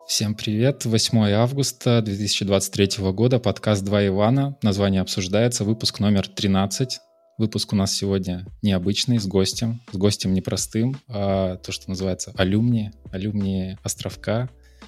Всем привет! 8 августа 2023 года, подкаст «Два Ивана». Название обсуждается, выпуск номер 13. Выпуск у нас сегодня необычный, с гостем непростым, а то, что называется алюмни Островка.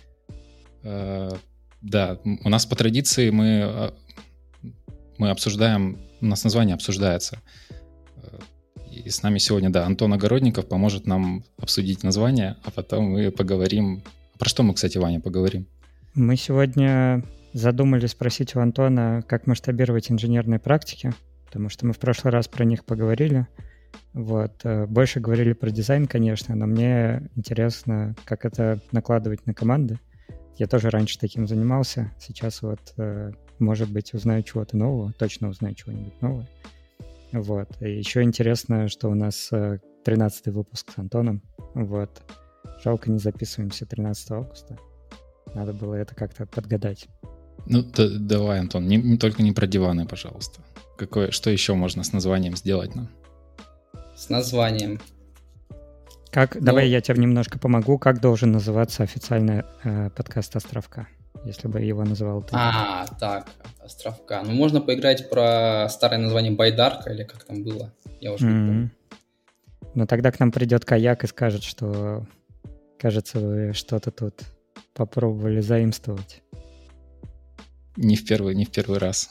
Да, у нас по традиции мы обсуждаем, у нас название обсуждается. И с нами сегодня, Антон Огородников поможет нам обсудить название, а потом мы поговорим. Про что мы, кстати, Ваня, поговорим? Мы сегодня задумали спросить у Антона, как масштабировать инженерные практики, потому что мы в прошлый раз про них поговорили. Больше говорили про дизайн, конечно, но мне интересно, как это накладывать на команды. Я тоже раньше таким занимался. Сейчас может быть, узнаю чего-то нового, точно узнаю чего-нибудь новое. И еще интересно, что у нас 13-й выпуск с Антоном. Жалко, не записываемся 13 августа. Надо было это как-то подгадать. Давай, Антон, только не про диваны, пожалуйста. Что еще можно с названием сделать нам? С названием? Давай я тебе немножко помогу. Как должен называться официальный подкаст Островка, если бы его называл ты? Так, Островка. Можно поиграть про старое название Байдарка, или как там было. Я уже не помню. Но тогда к нам придет Каяк и скажет, что... Кажется, вы что-то тут попробовали заимствовать. Не в первый раз.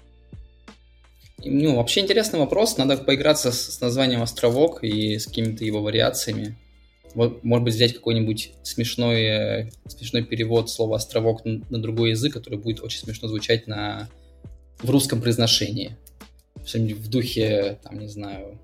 Вообще интересный вопрос. Надо поиграться с названием «Островок» и с какими-то его вариациями. Может быть, взять какой-нибудь смешной перевод слова «островок» на другой язык, который будет очень смешно звучать в русском произношении. Что-нибудь в духе, не знаю...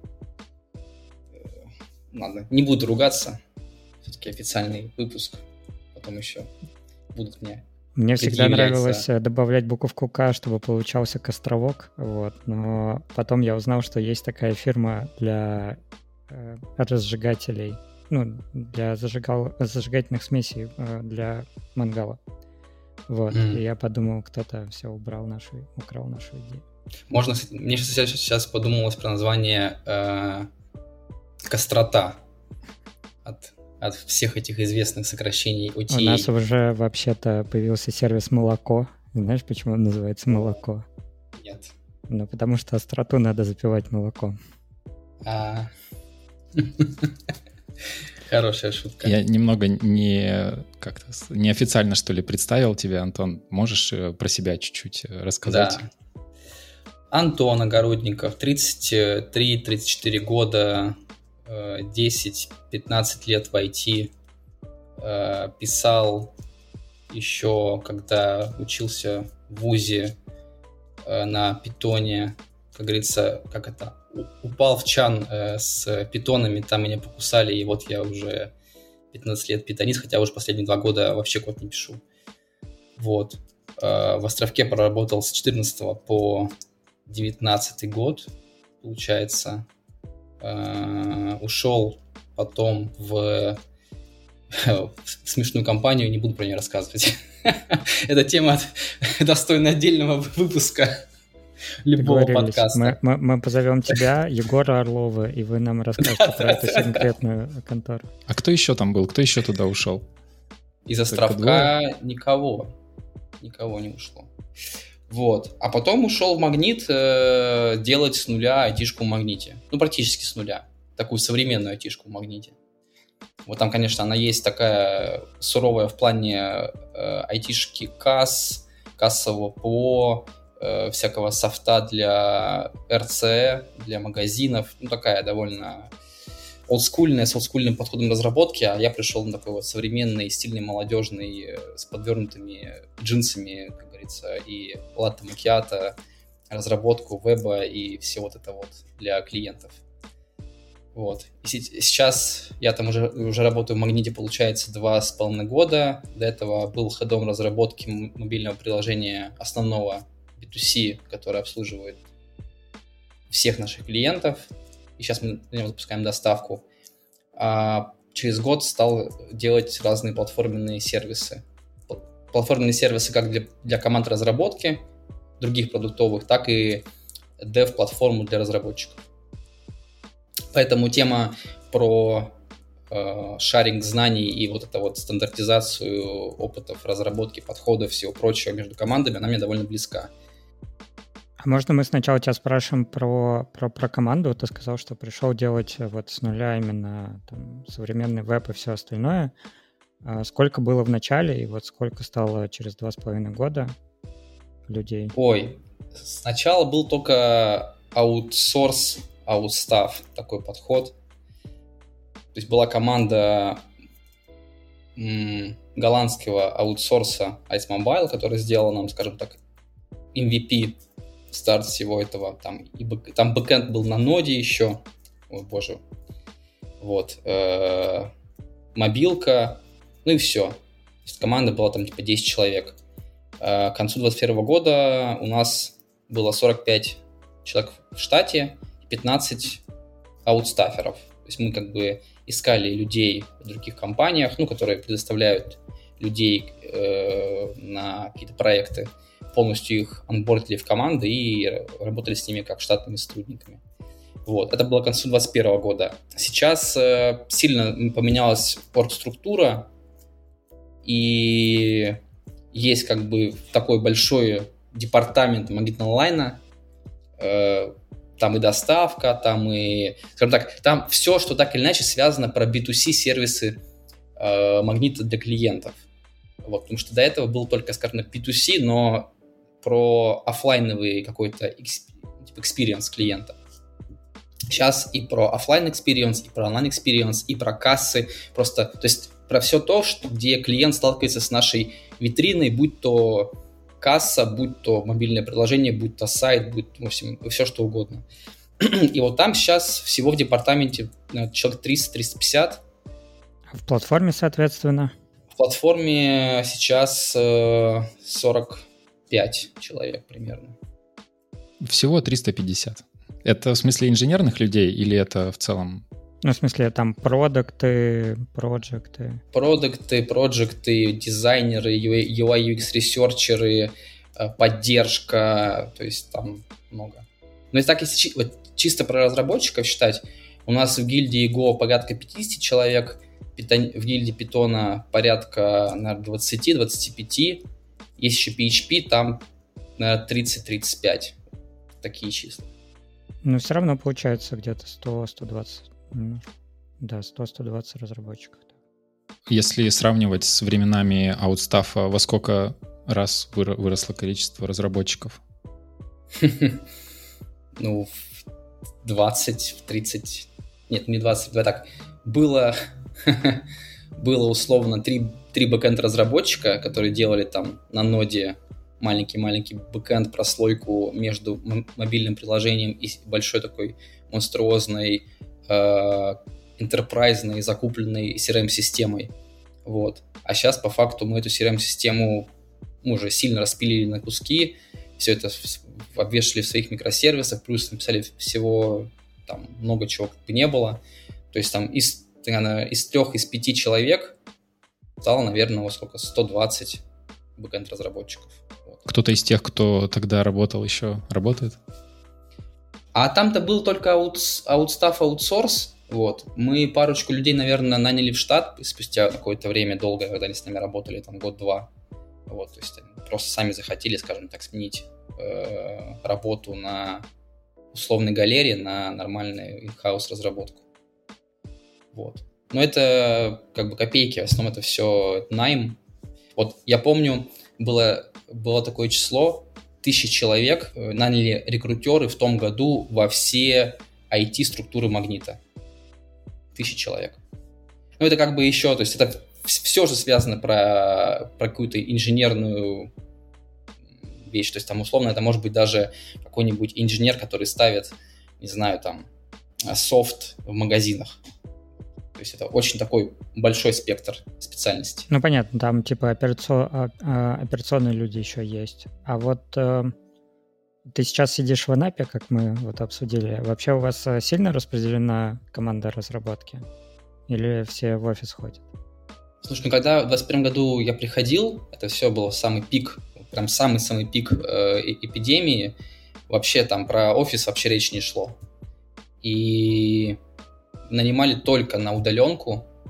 Ладно, не буду ругаться. Все-таки официальный выпуск. Потом еще будут Мне всегда нравилось добавлять буковку «К», чтобы получался «Костровок». Но потом я узнал, что есть такая фирма для разжигателей, для зажигательных смесей для мангала. И я подумал, кто-то все украл нашу идею. Мне сейчас подумалось про название «Кострота» от всех этих известных сокращений OTA. У нас уже вообще-то появился сервис «Молоко». Знаешь, почему он называется «Молоко»? Нет. Потому что остроту надо запивать молоком. Хорошая шутка. Я немного неофициально, что ли, представил тебя, Антон. Можешь про себя чуть-чуть рассказать? Да. Антон Огородников, 33-34 года, 10-15 лет в IT, писал еще, когда учился в вузе на питоне, как говорится, упал в чан с питонами, там меня покусали, и я уже 15 лет питонист, хотя уже последние 2 года вообще код не пишу. В Островке проработал с 14 по 19 год, получается. Ушел потом в смешную компанию, не буду про нее рассказывать. Эта тема достойна отдельного выпуска любого подкаста. Мы позовем тебя, Егора Орлова, и вы нам расскажете про эту конкретную контору. А кто еще там был? Кто еще туда ушел? Из Островка никого не ушло. А потом ушел в Магнит делать с нуля айтишку в Магните. Практически с нуля. Такую современную айтишку в Магните. Там, конечно, она есть такая суровая в плане айтишки касс, кассового ПО, всякого софта для РЦ, для магазинов. Такая довольно олдскульная, с олдскульным подходом разработки. А я пришел на такой современный, стильный, молодежный, с подвернутыми джинсами, как говорится, и латте макиато, разработку веба и все это для клиентов. И сейчас я там уже работаю в Магните, получается, 2,5 года. До этого был хедом разработки мобильного приложения основного B2C, которое обслуживает всех наших клиентов. И сейчас мы на него запускаем доставку. А через год стал делать разные платформенные сервисы. Платформенные сервисы как для команд разработки других продуктовых, так и dev-платформу для разработчиков. Поэтому тема про шаринг знаний и вот это вот стандартизацию опытов, разработки, подходов, всего прочего между командами, она мне довольно близка. А можно мы сначала тебя спрашиваем про команду? Ты сказал, что пришел делать вот с нуля именно там, современный веб и все остальное. Сколько было в начале и вот сколько стало через 2,5 года людей? Ой, сначала был только аутсорс, аутстаф, такой подход. То есть была команда голландского аутсорса Ice Mobile, которая сделала нам, скажем так, MVP, старт всего этого. Там бэкэнд был на ноде еще. Ой, боже. Вот. Мобилка. Ну и все. То есть команда была там типа 10 человек. К концу 2021 года у нас было 45 человек в штате и 15 аутстаферов. То есть мы как бы искали людей в других компаниях, которые предоставляют людей на какие-то проекты, полностью их онбордили в команды и работали с ними как штатными сотрудниками. Вот. Это было к концу 2021 года. Сейчас сильно поменялась оргструктура, и есть как бы такой большой департамент Magnet онлайна, там и доставка, там и, скажем так, там все, что так или иначе связано про B2C сервисы Магнита для клиентов. Вот, потому что до этого был только, скажем так, B2C, но про офлайновый какой-то experience клиента. Сейчас и про офлайн experience, и про онлайн experience, и про кассы, просто, то есть про все то, где клиент сталкивается с нашей витриной, будь то касса, будь то мобильное приложение, будь то сайт, будь то все что угодно. И вот там сейчас всего в департаменте человек 300-350. В платформе, соответственно? В платформе сейчас 45 человек примерно. Всего 350. Это в смысле инженерных людей или это в целом? Ну, в смысле, там проекты. Проекты, дизайнеры, UI, UX ресерчеры, поддержка, то есть там много. Но если так, если чисто про разработчиков считать, у нас в гильдии Go порядка 50 человек, в гильдии Python порядка, наверное, 20-25, есть еще PHP, там, наверное, 30-35, такие числа. Но все равно получается где-то 100-120. Да, 100-120 разработчиков. Если сравнивать с временами аутстафа, во сколько раз выросло количество разработчиков? Ну, в 20, в 30... Нет, не 20, давай так. Было условно 3 бэкэнд-разработчика, которые делали там на ноде маленький-маленький бэкэнд, прослойку между мобильным приложением и большой такой монструозной энтерпрайзной, закупленной CRM-системой. Вот. А сейчас, по факту, мы эту CRM-систему уже сильно распилили на куски, все это обвешали в своих микросервисах, плюс написали всего, там много чего как бы не было. То есть там из 3-5 человек стало, наверное, 120 бэкэнд-разработчиков. Вот. Кто-то из тех, кто тогда работал, еще работает? А там-то был только аутстаф, аутсорс. Вот. Мы парочку людей, наверное, наняли в штат спустя какое-то время долгое, когда они с нами работали, там, год-два. Вот. То есть они просто сами захотели, скажем так, сменить работу на условной галерее на нормальную in-house разработку. Вот. Но это как бы копейки, в основном это все найм. Вот я помню, было такое число, 1000 человек наняли рекрутеры в том году во все IT-структуры Магнита. 1000 человек. Ну, это как бы еще, то есть это все же связано про какую-то инженерную вещь. То есть там условно это может быть даже какой-нибудь инженер, который ставит, не знаю, там, софт в магазинах. То есть это очень такой большой спектр специальностей. Ну, понятно, там типа операционные люди еще есть. А вот ты сейчас сидишь в Анапе, как мы вот обсудили. Вообще у вас сильно распределена команда разработки? Или все в офис ходят? Слушай, ну когда в 2021 году я приходил, это все было самый пик, прям самый-самый пик эпидемии. Вообще там про офис вообще речи не шло. И нанимали только на удаленку,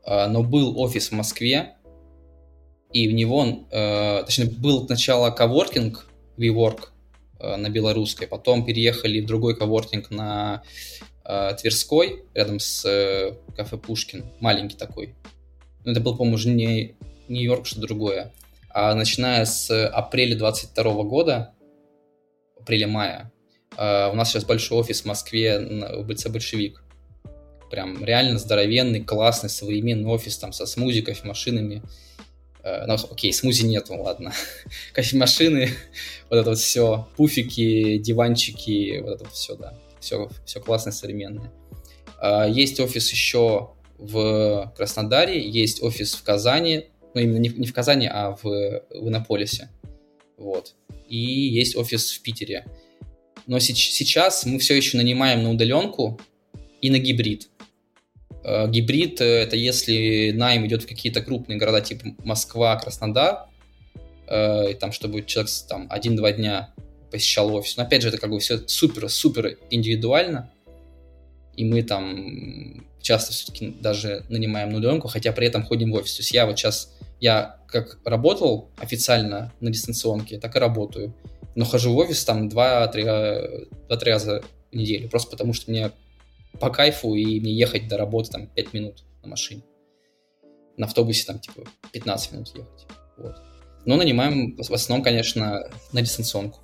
но был офис в Москве, и в него, точнее, был сначала коворкинг, WeWork на Белорусской, потом переехали в другой коворкинг на Тверской, рядом с кафе Пушкин, маленький такой. Ну, это был, по-моему, уже не Нью-Йорк, что другое. А начиная с апреля 22 года, апреля-мая, у нас сейчас большой офис в Москве в БЦ «Большевик». Прям реально здоровенный, классный, современный офис там со смузи, кофемашинами. Окей, смузи нету, ладно. Кофемашины, вот это вот все, пуфики, диванчики, вот это вот все, да. Все классное, современное. Есть офис еще в Краснодаре, есть офис в Казани, ну именно не в Казани, а в Иннополисе. Вот. И есть офис в Питере. Но сейчас мы все еще нанимаем на удаленку и на гибрид. Гибрид — это если найм идет в какие-то крупные города, типа Москва, Краснодар, и там, чтобы человек там 1-2 дня посещал офис. Но опять же, это как бы все супер-супер индивидуально, и мы там часто все-таки даже нанимаем на удаленку, хотя при этом ходим в офис. То есть я как работал официально на дистанционке, так и работаю. Но хожу в офис там 2-3 раза в неделю, просто потому что мне по кайфу, и мне ехать до работы там 5 минут на машине. На автобусе там типа 15 минут ехать. Вот. Но нанимаем в основном, конечно, на дистанционку.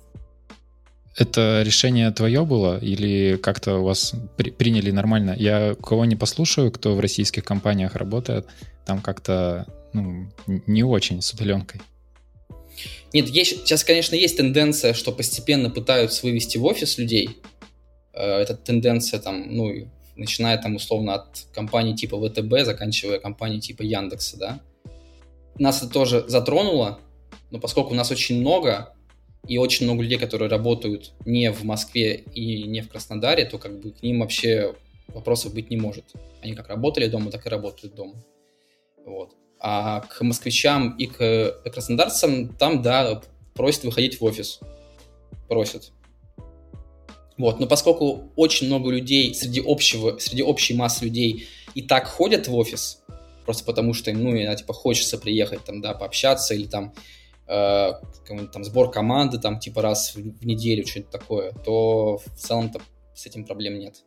Это решение твое было или как-то у вас приняли нормально? Я кого не послушаю, кто в российских компаниях работает, там как-то не очень с удаленкой. Нет, сейчас, конечно, есть тенденция, что постепенно пытаются вывести в офис людей. Эта тенденция там, начиная там условно от компаний типа ВТБ, заканчивая компанией типа Яндекса, да. Нас это тоже затронуло, но поскольку у нас очень много, и очень много людей, которые работают не в Москве и не в Краснодаре, то как бы к ним вообще вопросов быть не может. Они как работали дома, так и работают дома. Вот. А к москвичам и к краснодарцам там, да, просят выходить в офис. Просят. Вот. Но поскольку очень много людей среди общей массы людей и так ходят в офис, просто потому что им, хочется приехать там, да, пообщаться или там там сбор команды там типа раз в неделю, что-то такое, то в целом-то с этим проблем нет.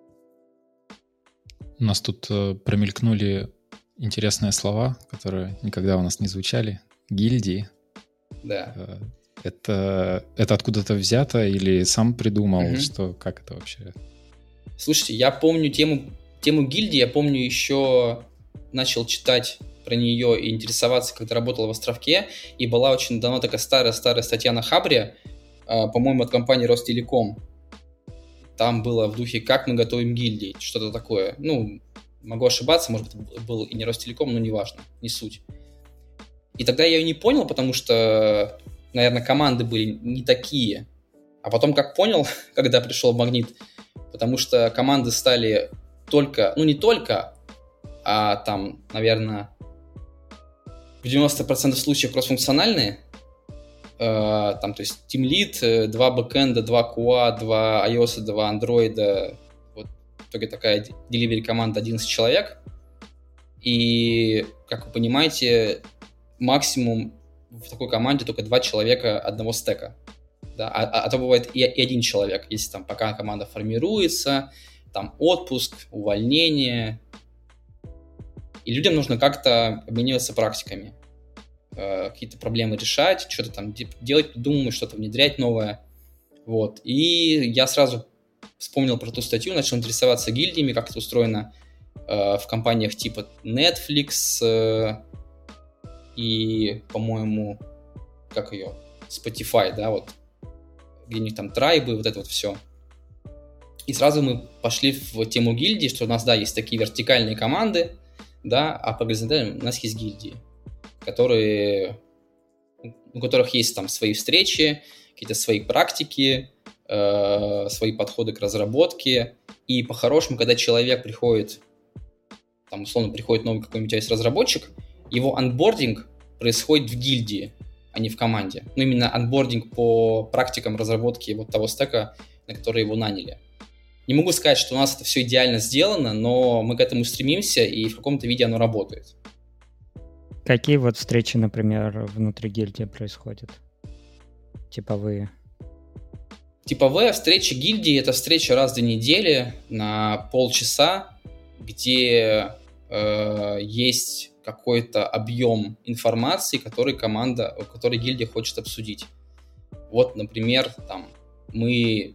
У нас тут промелькнули интересные слова, которые никогда у нас не звучали. Гильдии. Да. Это откуда-то взято или сам придумал? Что, как это вообще? Слушайте, я помню тему гильдии, я помню еще начал читать про нее и интересоваться, когда работал в Островке, и была очень давно такая старая статья на Хабре, по-моему, от компании Ростелеком. Там было в духе «Как мы готовим гильдии», что-то такое. Могу ошибаться, может быть, был и не Ростелеком, но неважно, не суть. И тогда я ее не понял, потому что, наверное, команды были не такие. А потом как понял, когда пришел в Магнит, потому что команды стали не только, а там, наверное, в 90% случаев кроссфункциональные. Там, то есть Team Lead, 2 бэкэнда, 2 QA, 2 iOS, 2 Android. Вот в итоге такая delivery команда 11 человек. И, как вы понимаете, максимум в такой команде только 2 человека одного стека. Да? А то бывает и 1 человек, если там пока команда формируется, там отпуск, увольнение. И людям нужно как-то обмениваться практиками, какие-то проблемы решать, что-то там делать, думать, что-то внедрять новое. Вот. И я сразу вспомнил про ту статью, начал интересоваться гильдиями, как это устроено в компаниях типа Netflix и, по-моему, как ее, Spotify, да, вот, где у них там трайбы, вот это вот все. И сразу мы пошли в тему гильдии, что у нас, да, есть такие вертикальные команды, да, а по горизонтали у нас есть гильдии, у которых есть там свои встречи, какие-то свои практики, свои подходы к разработке. И по-хорошему, когда человек приходит, там, условно, приходит новый какой-нибудь разработчик, его анбординг происходит в гильдии, а не в команде. Именно анбординг по практикам разработки вот того стека, на который его наняли. Не могу сказать, что у нас это все идеально сделано, но мы к этому стремимся, и в каком-то виде оно работает. Какие вот встречи, например, внутри гильдии происходят? Типовые? Типовые встречи гильдии — это встреча раз в 2 недели на полчаса, где есть какой-то объем информации, который гильдия хочет обсудить. Вот, например, там мы...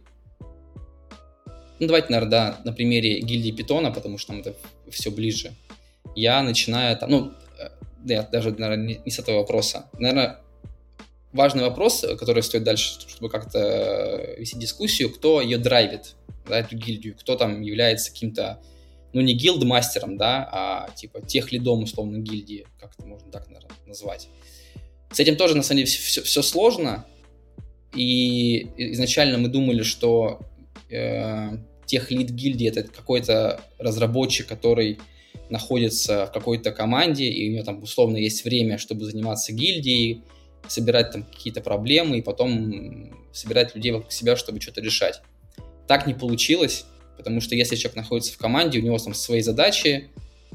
давайте, наверное, на примере гильдии Питона, потому что нам это все ближе. Я начинаю там... даже, наверное, не с этого вопроса. Наверное, важный вопрос, который стоит дальше, чтобы как-то вести дискуссию, кто ее драйвит, да, эту гильдию, кто там является каким-то, не гилдмастером, да, а типа техлидом, условно, гильдии, как это можно так, наверное, назвать. С этим тоже, на самом деле, все сложно, и изначально мы думали, что техлид гильдии — это какой-то разработчик, который находится в какой-то команде, и у него там условно есть время, чтобы заниматься гильдией, собирать там какие-то проблемы и потом собирать людей вокруг себя, чтобы что-то решать. Так не получилось, потому что если человек находится в команде, у него там свои задачи,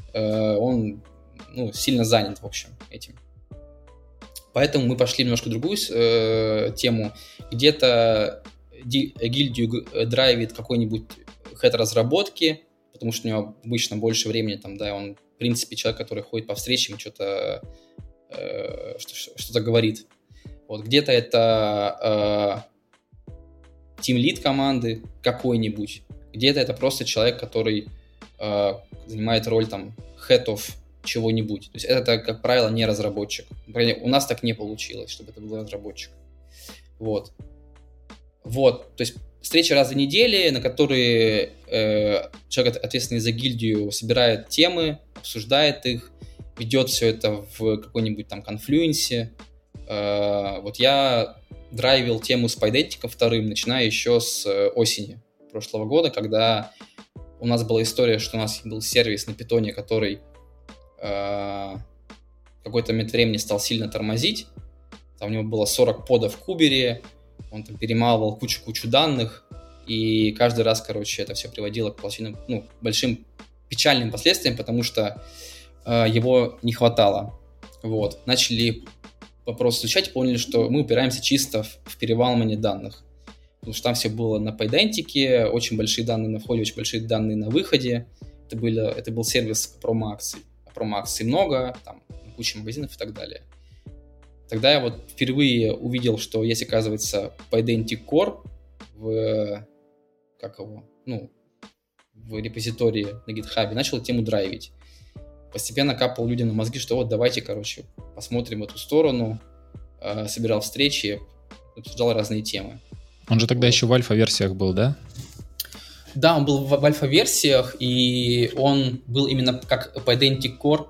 он сильно занят, в общем, этим. Поэтому мы пошли немножко в другую тему. Где-то гильдию драйвит какой-нибудь хед разработки, потому что у него обычно больше времени, там, да, он, в принципе, человек, который ходит по встречам, что-то говорит. Вот, где-то это тимлид команды какой-нибудь, где-то это просто человек, который занимает роль, там, head of чего-нибудь. То есть это, как правило, не разработчик. Например, у нас так не получилось, чтобы это был разработчик. Вот. То есть встречи раз в недели, на которые человек, ответственный за гильдию, собирает темы, обсуждает их, ведет все это в какой-нибудь там конфлюенсе. Вот я драйвил тему с пайдентиком вторым, начиная еще с осени прошлого года, когда у нас была история, что у нас был сервис на питоне, который в какой-то момент времени стал сильно тормозить. Там у него было 40 подов в кубере, он там перемалывал кучу данных, и каждый раз, это все приводило к большим печальным последствиям, потому что его не хватало. Вот. Начали вопрос изучать, поняли, что мы упираемся чисто в перевалывание данных. Потому что там все было на пайдентике, очень большие данные на входе, очень большие данные на выходе. Это был сервис промо-акций. А промо-акций много, там куча магазинов и так далее. Тогда я вот впервые увидел, что есть, оказывается, Pydantic Core в репозитории на GitHub, начал тему драйвить. Постепенно капал людям на мозги, что вот давайте, посмотрим в эту сторону, собирал встречи, обсуждал разные темы. Он же тогда еще в альфа-версиях был, да? Да, он был в альфа-версиях, и он был именно как Pydantic Core,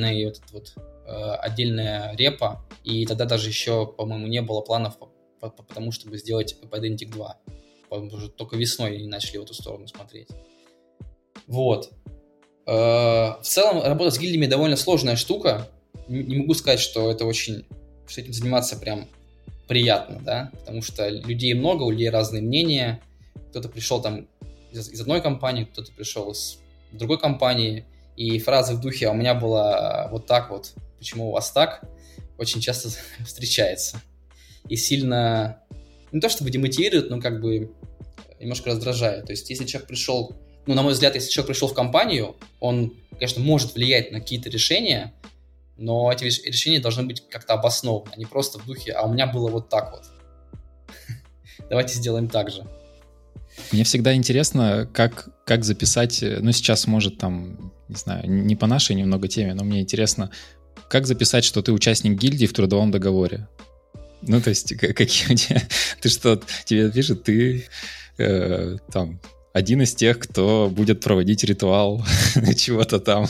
отдельная репа, и тогда даже еще, по-моему, не было планов по тому, чтобы сделать Pydantic 2. Уже только весной начали в эту сторону смотреть. Вот. В целом, работа с гильдиями довольно сложная штука. Не могу сказать, что что этим заниматься прям приятно, да, потому что людей много, у людей разные мнения. Кто-то пришел там из одной компании, кто-то пришел из другой компании, и фраза в духе «а у меня было вот так вот, почему у вас так?» очень часто встречается. И сильно, не то чтобы демотивирует, но немножко раздражает. То есть, если человек пришел, на мой взгляд, если человек пришел в компанию, он, конечно, может влиять на какие-то решения, но эти решения должны быть как-то обоснованы, а не просто в духе «а у меня было вот так вот». Давайте сделаем так же. Мне всегда интересно, как записать, сейчас, может, там, не знаю, не по нашей немного теме, но мне интересно, как записать, что ты участник гильдии в трудовом договоре? То есть, какие у тебя... Ты что, тебе пишет, ты там один из тех, кто будет проводить ритуал чего-то там.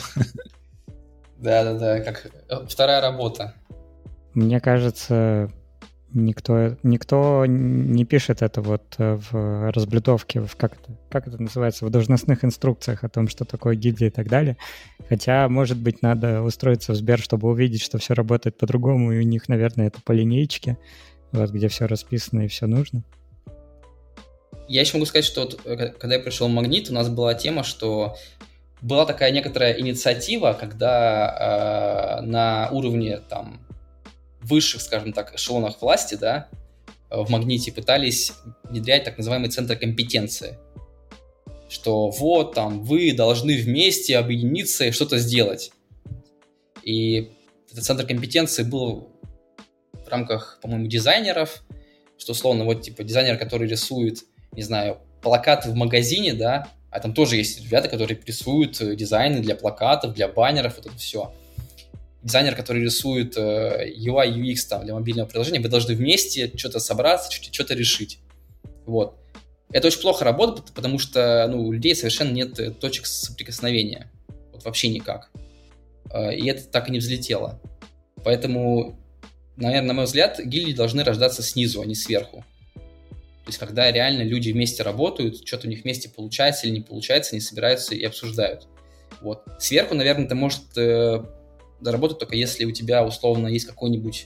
Да, как вторая работа. Мне кажется, никто не пишет это вот в разблюдовке, как это называется, в должностных инструкциях о том, что такое гильдия и так далее. Хотя, может быть, надо устроиться в Сбер, чтобы увидеть, что все работает по-другому, и у них, наверное, это по линейке, вот, где все расписано и все нужно. я еще могу сказать, что вот, когда я пришел в Магнит, у нас была тема, что была такая некоторая инициатива, когда на уровне там высших, скажем так, эшелонах власти, да, в Магните пытались внедрять так называемый центр компетенции, что вот там вы должны вместе объединиться и что-то сделать. И этот центр компетенции был в рамках, по-моему, дизайнеров, что условно вот типа дизайнер, который рисует, не знаю, плакаты в магазине, да, а там тоже есть ребята, которые рисуют дизайны для плакатов, для баннеров, вот это все. Дизайнер, который рисует UI, UX там, для мобильного приложения, вы должны вместе что-то собраться, что-то решить. Вот. Это очень плохо работает, потому что у людей совершенно нет точек соприкосновения. Вот вообще никак. И это так и не взлетело. Поэтому, наверное, на мой взгляд, гильдии должны рождаться снизу, а не сверху. То есть, когда реально люди вместе работают, что-то у них вместе получается или не получается, они собираются и обсуждают. Вот. Сверху, наверное, это может доработать только если у тебя, условно, есть какой-нибудь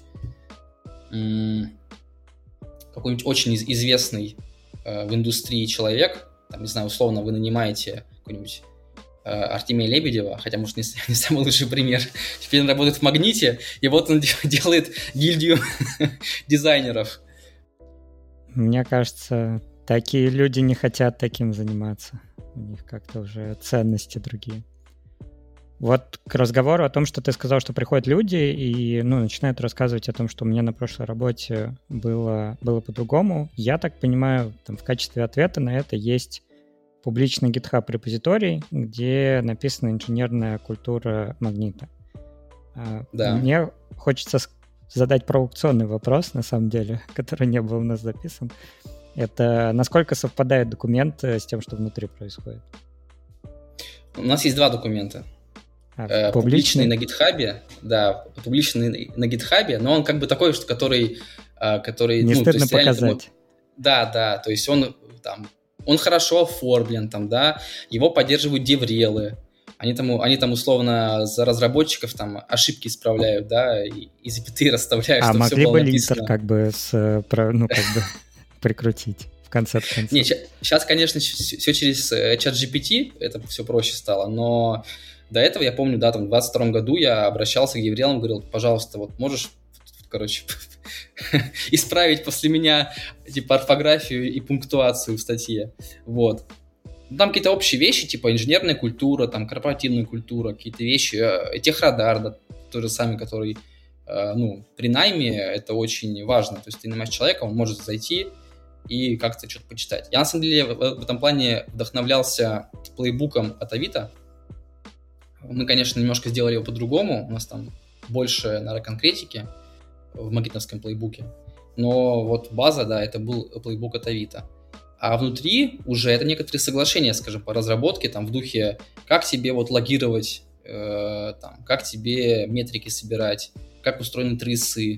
очень известный в индустрии человек, там, не знаю, условно, вы нанимаете какой-нибудь Артемия Лебедева, хотя, может, не самый лучший пример. Теперь он работает в Магните, и вот он делает гильдию дизайнеров. Мне кажется, такие люди не хотят таким заниматься. У них как-то уже ценности другие. Вот к разговору о том, что ты сказал, что приходят люди и начинают рассказывать о том, что у меня на прошлой работе было по-другому. Я так понимаю, там, в качестве ответа на это есть публичный GitHub репозиторий, где написана инженерная культура Магнита. Да. Мне хочется задать провокационный вопрос, на самом деле, который не был у нас записан. Это насколько совпадает документ с тем, что внутри происходит? У нас есть два документа. Публичный на GitHub, да, публичный на GitHub, но он как бы такой, что который не стыдно показать. Да, то есть он хорошо оформлен, там, да, его поддерживают деврелы, они там условно за разработчиков там ошибки исправляют, да, и запятые расставляют, чтобы все было написано. Могли бы линтер прикрутить в конце концов. Не, сейчас, конечно, все через ChatGPT, это все проще стало, но до этого, я помню, да, там в 2022 году я обращался к деврелам, говорил, пожалуйста, вот можешь, исправить после меня типа орфографию и пунктуацию в статье, вот. Там какие-то общие вещи, типа инженерная культура, там корпоративная культура, какие-то вещи, техрадар, да, тот же самый, который, при найме это очень важно, то есть ты нанимаешь человека, он может зайти и как-то что-то почитать. Я, на самом деле, в этом плане вдохновлялся плейбуком от Авито. Мы, конечно, немножко сделали его по-другому, у нас там больше, наверное, конкретики в магнитовском плейбуке, но вот база, да, это был плейбук от Авито. А внутри уже это некоторые соглашения, скажем, по разработке, там, в духе, как тебе вот логировать, как тебе метрики собирать, как устроены трейсы,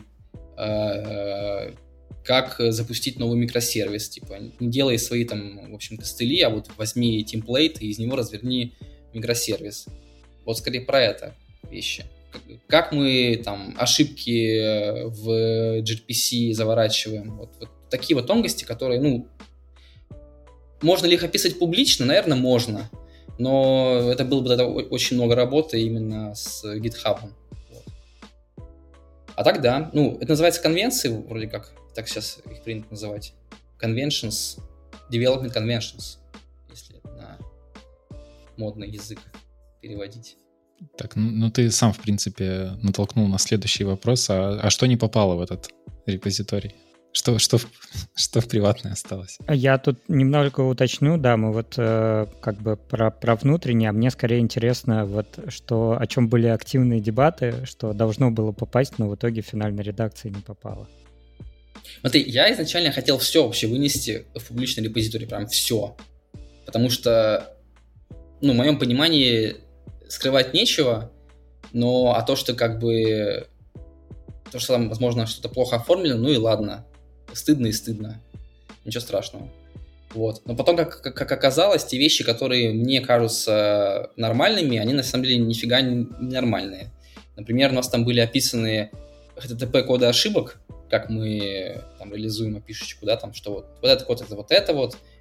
как запустить новый микросервис, типа, не делай свои там, в общем, костыли, а вот возьми темплейт и из него разверни микросервис. Вот скорее про это вещи. Как мы там ошибки в gRPC заворачиваем. Вот такие вот тонкости, которые, можно ли их описать публично? Наверное, можно. Но это было бы тогда очень много работы именно с GitHub. Вот. А так да. Это называется конвенции, вроде как. Так сейчас их принято называть. Conventions. Development Conventions. Если на модный язык переводить. Так, ты сам, в принципе, натолкнул на следующий вопрос. А что не попало в этот репозиторий? Что в приватное осталось? Я тут немного уточню, да, мы вот как бы про внутреннее, а мне скорее интересно, вот что, о чем были активные дебаты, что должно было попасть, но в итоге в финальной редакции не попало. Смотри, я изначально хотел все вообще вынести в публичный репозиторий, прям все, потому что, в моем понимании, скрывать нечего, но то, что там, возможно, что-то плохо оформлено, и ладно. Стыдно и стыдно. Ничего страшного. Вот. Но потом, как оказалось, те вещи, которые мне кажутся нормальными, они на самом деле нифига не нормальные. Например, у нас там были описаны HTTP-коды ошибок, как мы там реализуем опишечку, да, там, что вот этот код, это вот,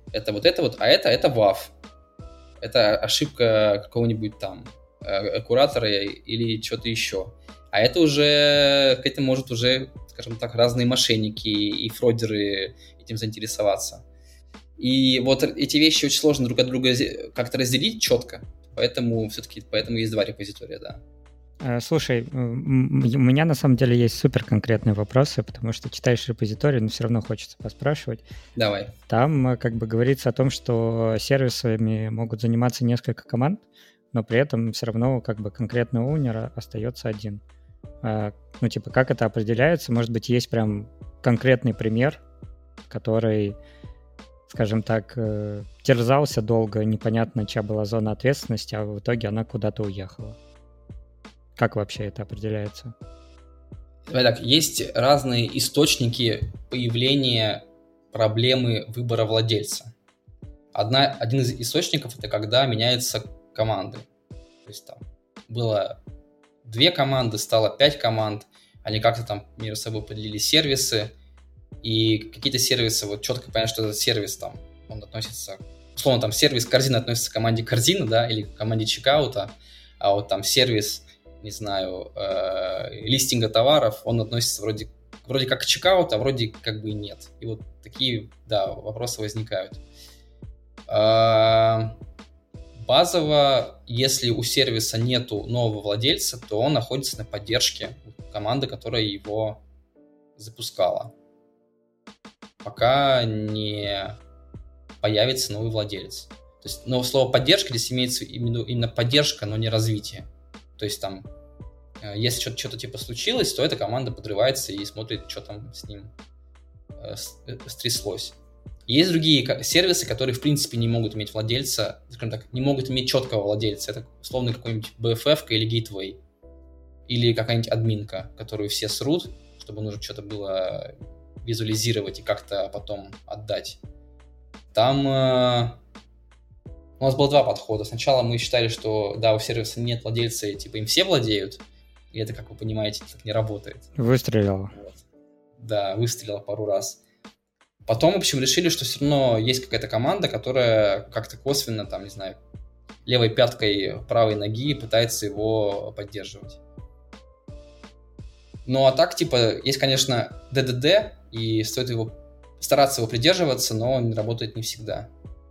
это вот, а это WAF. Это ошибка какого-нибудь там куратора или что-то еще. А это уже, к этому может уже, скажем так, разные мошенники и фродеры этим заинтересоваться. И вот эти вещи очень сложно друг от друга как-то разделить четко, поэтому есть два репозитория, да. Слушай, у меня на самом деле есть супер конкретные вопросы, потому что читаешь репозиторий, но все равно хочется поспрашивать. Давай. Там как бы говорится о том, что сервисами могут заниматься несколько команд, но при этом все равно как бы конкретно у оунера остается один. Ну, типа, как это определяется? Может быть, есть прям конкретный пример, который, скажем так, терзался долго, непонятно, чья была зона ответственности, а в итоге она куда-то уехала. Как вообще это определяется? Так, есть разные источники появления проблемы выбора владельца. Один из источников — это когда меняются команды. То есть там было 2 команды, стало 5 команд, они как-то там между собой поделили сервисы, и какие-то сервисы, вот четко понятно, что этот сервис там, он относится, условно, там сервис корзина относится к команде корзина, да, или к команде чекаута, а вот там сервис, не знаю, листинга товаров, он относится вроде как к чекауту, а вроде как бы и нет. И вот такие, да, вопросы возникают. Базово, если у сервиса нету нового владельца, то он находится на поддержке команды, которая его запускала, пока не появится новый владелец. То есть, но слово поддержка здесь имеется именно поддержка, но не развитие. То есть там, если что-то типа случилось, то эта команда подрывается и смотрит, что там с ним стряслось. Есть другие сервисы, которые в принципе не могут иметь владельца, скажем так, не могут иметь четкого владельца. Это условно какой-нибудь BFF или Gateway, или какая-нибудь админка, которую все срут, чтобы нужно что-то было визуализировать и как-то потом отдать. Там у нас было 2 подхода. Сначала мы считали, что да, у сервиса нет владельца, и типа им все владеют, и это, как вы понимаете, так не работает. Выстрелило. Вот. Да, выстрелило пару раз. Потом, в общем, решили, что все равно есть какая-то команда, которая как-то косвенно, там, не знаю, левой пяткой правой ноги пытается его поддерживать. Ну, а так, типа, есть, конечно, DDD, и стоит стараться его придерживаться, но он работает не всегда.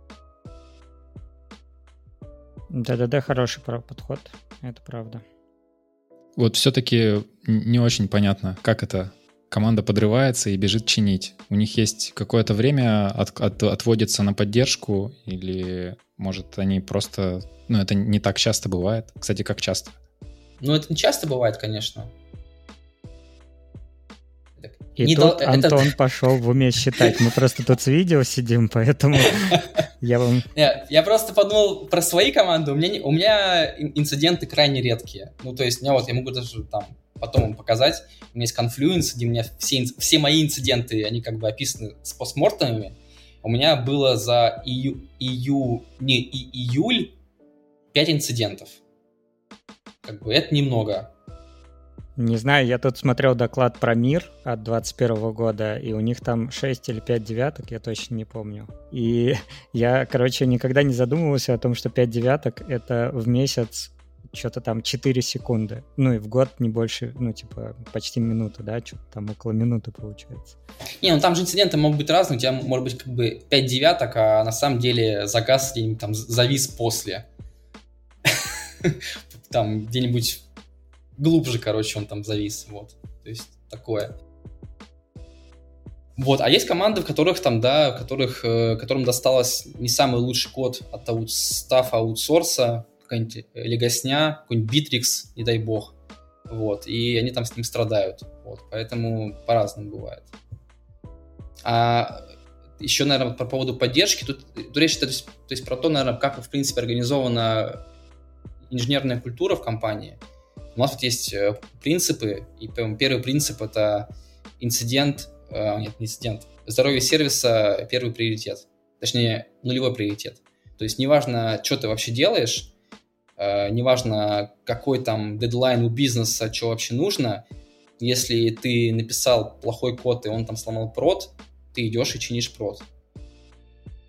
DDD хороший подход, это правда. Вот все-таки не очень понятно, как это команда подрывается и бежит чинить. У них есть какое-то время отводится на поддержку, или, может, они просто... Ну, это не так часто бывает. Кстати, как часто? Ну, это не часто бывает, конечно. И тут Антон пошел в уме считать. Мы просто тут с видео сидим, поэтому я вам... Я просто подумал про свои команды. У меня инциденты крайне редкие. Ну, то есть, я могу даже там потом вам показать. У меня есть Confluence, где у меня все мои инциденты, они как бы описаны с постмортемами. У меня было за июль 5 инцидентов. Как бы это немного. Не знаю, я тут смотрел доклад про МИР от 2021 года, и у них там 6 или 5 девяток, я точно не помню. И я, никогда не задумывался о том, что 5 девяток — это в месяц что-то там 4 секунды. Ну и в год не больше, почти минута, да? Что-то там около минуты получается. Не, там же инциденты могут быть разные. У тебя может быть как бы 5 девяток, а на самом деле заказ где-нибудь там завис после. Там где-нибудь глубже, он там завис, вот. То есть такое. Вот, а есть команды, в которых там, да, которым досталось не самый лучший код от стаффа аутсорса, какая-нибудь легосня, какой-нибудь Bittrex, не дай бог. Вот, и они там с ним страдают. Вот, поэтому по-разному бывает. А еще, наверное, по поводу поддержки, тут речь то есть про то, наверное, как, в принципе, организована инженерная культура в компании. У нас вот есть принципы, и первый принцип — это здоровье сервиса — первый приоритет. Точнее, нулевой приоритет. То есть неважно, что ты вообще делаешь, неважно, какой там дедлайн у бизнеса, что вообще нужно, если ты написал плохой код, и он там сломал прод, ты идешь и чинишь прод.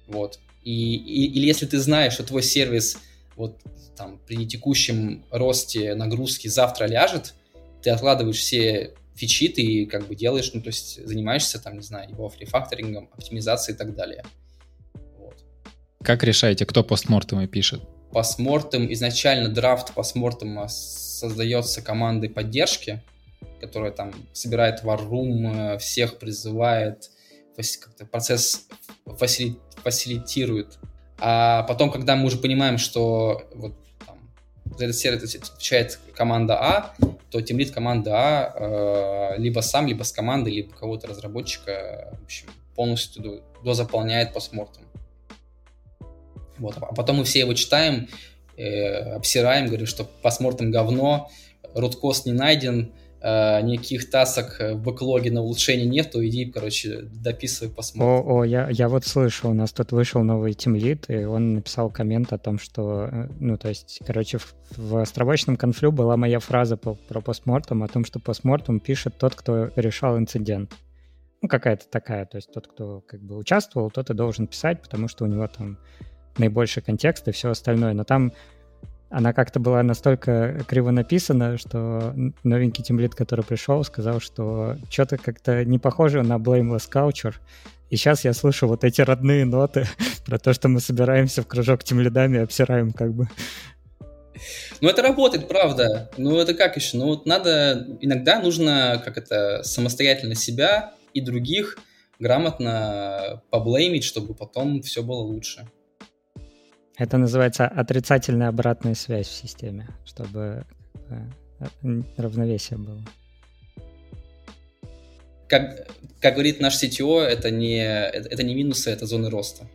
Вот. Или если ты знаешь, что твой сервис вот там при текущем росте нагрузки завтра ляжет, ты откладываешь все фичи, ты как бы делаешь, ну, то есть занимаешься там, не знаю, его рефакторингом, оптимизацией и так далее. Вот. Как решаете, кто постмортемы пишет? Постмортем, изначально драфт постмортема создается командой поддержки, которая там собирает варрум, всех призывает, как-то процесс фасилитирует. А потом, когда мы уже понимаем, что вот там, за этот сервис отвечает команда А, то тимлид команды А либо сам, либо с командой, либо кого-то разработчика, в общем, полностью дозаполняет постмортем. Вот. А потом мы все его читаем, обсираем, говорим, что постмортем говно, root-cause не найден, никаких тасок в бэклоге на улучшение нету, иди, короче, дописывай постмортем. Я вот слышал, у нас тут вышел новый тимлид, и он написал коммент о том, что, ну, то есть, короче, в островочном конфлю была моя фраза про постмортем, о том, что постмортем пишет тот, кто решал инцидент. Ну, какая-то такая, то есть тот, кто как бы участвовал, тот и должен писать, потому что у него там наибольший контекст и все остальное, но там она как-то была настолько криво написана, что новенький тимлид, который пришел, сказал, что что-то как-то не похоже на blameless culture. И сейчас я слышу вот эти родные ноты про то, что мы собираемся в кружок тимлидами и обсираем как бы. Ну, это работает, правда. Ну, это как еще? Ну, вот иногда нужно самостоятельно себя и других грамотно поблеймить, чтобы потом все было лучше. Это называется отрицательная обратная связь в системе, чтобы равновесие было. Как говорит наш CTO, это не минусы, это зоны роста.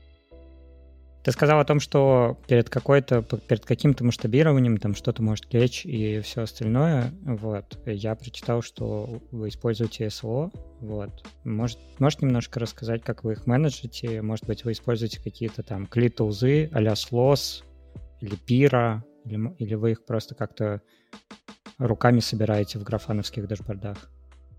Ты сказал о том, что перед каким-то масштабированием там что-то может кетч и все остальное. Вот. Я прочитал, что вы используете SLO. Вот. Можешь немножко рассказать, как вы их менеджите? Может быть, вы используете какие-то там кли-тулзы а-ля Sloss или Pira, или вы их просто как-то руками собираете в графановских дашбордах?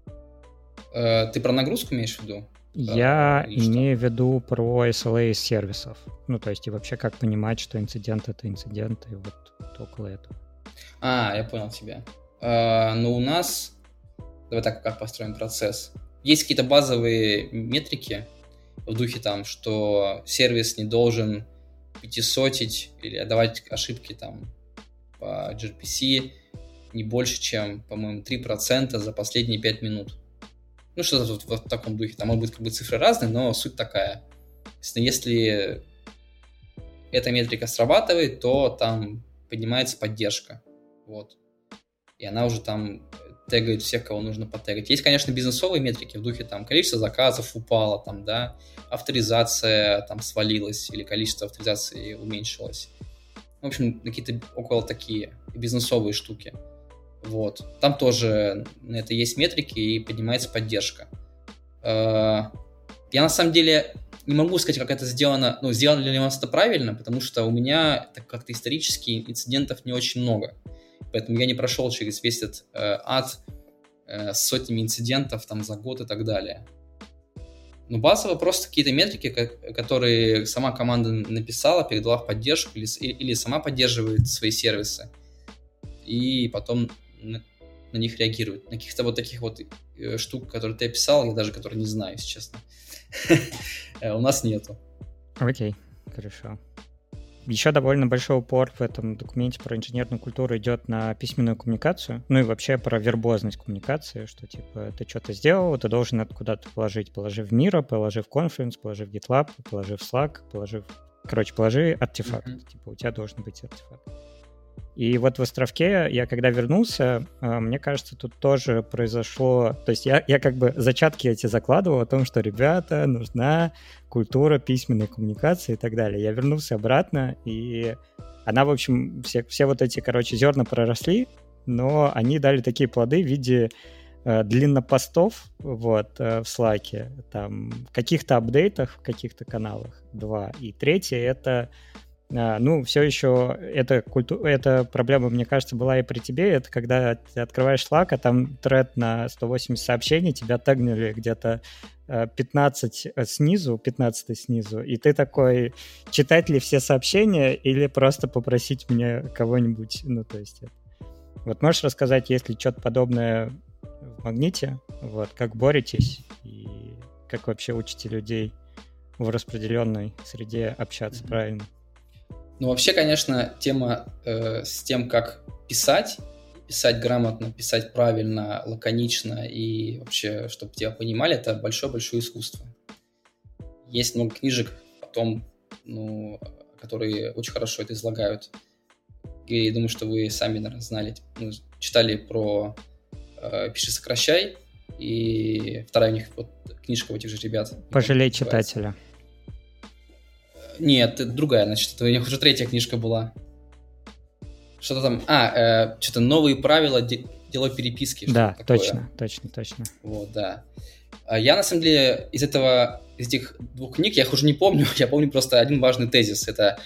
Ты про нагрузку имеешь в виду? Я имею в виду про SLA из сервисов. Ну, то есть и вообще как понимать, что инцидент — это инцидент, и вот около этого. Я понял тебя. Но у нас... Давай так, как построен процесс. Есть какие-то базовые метрики в духе там, что сервис не должен пятисотить или давать ошибки там по gRPC не больше, чем, по-моему, 3% за последние 5 минут. Ну, что-то вот в таком духе. Там могут быть как бы цифры разные, но суть такая. Если эта метрика срабатывает, то там поднимается поддержка. Вот. И она уже там тегает всех, кого нужно потегать. Есть, конечно, бизнесовые метрики в духе там количество заказов упало, там, да, авторизация там свалилась или количество авторизаций уменьшилось. В общем, какие-то около такие бизнесовые штуки. Вот. Там тоже на это есть метрики и поднимается поддержка. Я на самом деле не могу сказать, как это сделано, сделано ли у нас это правильно, потому что у меня как-то исторически инцидентов не очень много. Поэтому я не прошел через весь этот ад с сотнями инцидентов там за год и так далее. Но базово просто какие-то метрики, которые сама команда написала, передала в поддержку или сама поддерживает свои сервисы. И потом на них реагируют. На каких-то вот таких вот штук, которые ты описал, я даже которые не знаю, если честно. У нас нету. Окей, хорошо. Еще довольно большой упор в этом документе про инженерную культуру идет на письменную коммуникацию, ну и вообще про вербозность коммуникации, что типа ты что-то сделал, ты должен это куда-то положить. Положи в Miro, положи в Confluence, положи в GitLab, положи в Slack, положи артефакт. Типа у тебя должен быть артефакт. И вот в островке я когда вернулся, мне кажется, тут тоже произошло... То есть я как бы зачатки эти закладывал о том, что, ребята, нужна культура письменной коммуникации и так далее. Я вернулся обратно, и она, в общем, все вот эти, зерна проросли, но они дали такие плоды в виде длиннопостов вот, в Slack'е, там, каких-то апдейтах в каких-то каналах, 2. И 3 — это Ну, все еще эта проблема, мне кажется, была и при тебе. Это когда ты открываешь Slack, а там тред на 180 сообщений, тебя тегнули где-то 15 снизу, и ты такой, читать ли все сообщения или просто попросить меня кого-нибудь, ну, то есть... Вот можешь рассказать, есть ли что-то подобное в Магните, вот, как боретесь и как вообще учите людей в распределенной среде общаться правильно? Ну, вообще, конечно, тема с тем, как писать грамотно, писать правильно, лаконично и вообще, чтобы тебя понимали, это большое-большое искусство. Есть много книжек потом, которые очень хорошо это излагают. И я думаю, что вы сами, наверное, знали, читали про «Пиши, сокращай», и вторая у них вот книжка у этих же ребят. «Пожалей читателя». Нет, это другая, значит, это у них уже третья книжка была. Что-то там, что-то «Новые правила деловой переписки». Да, точно. Вот, да. Я, на самом деле, из этих двух книг, я их уже не помню, я помню просто один важный тезис. Это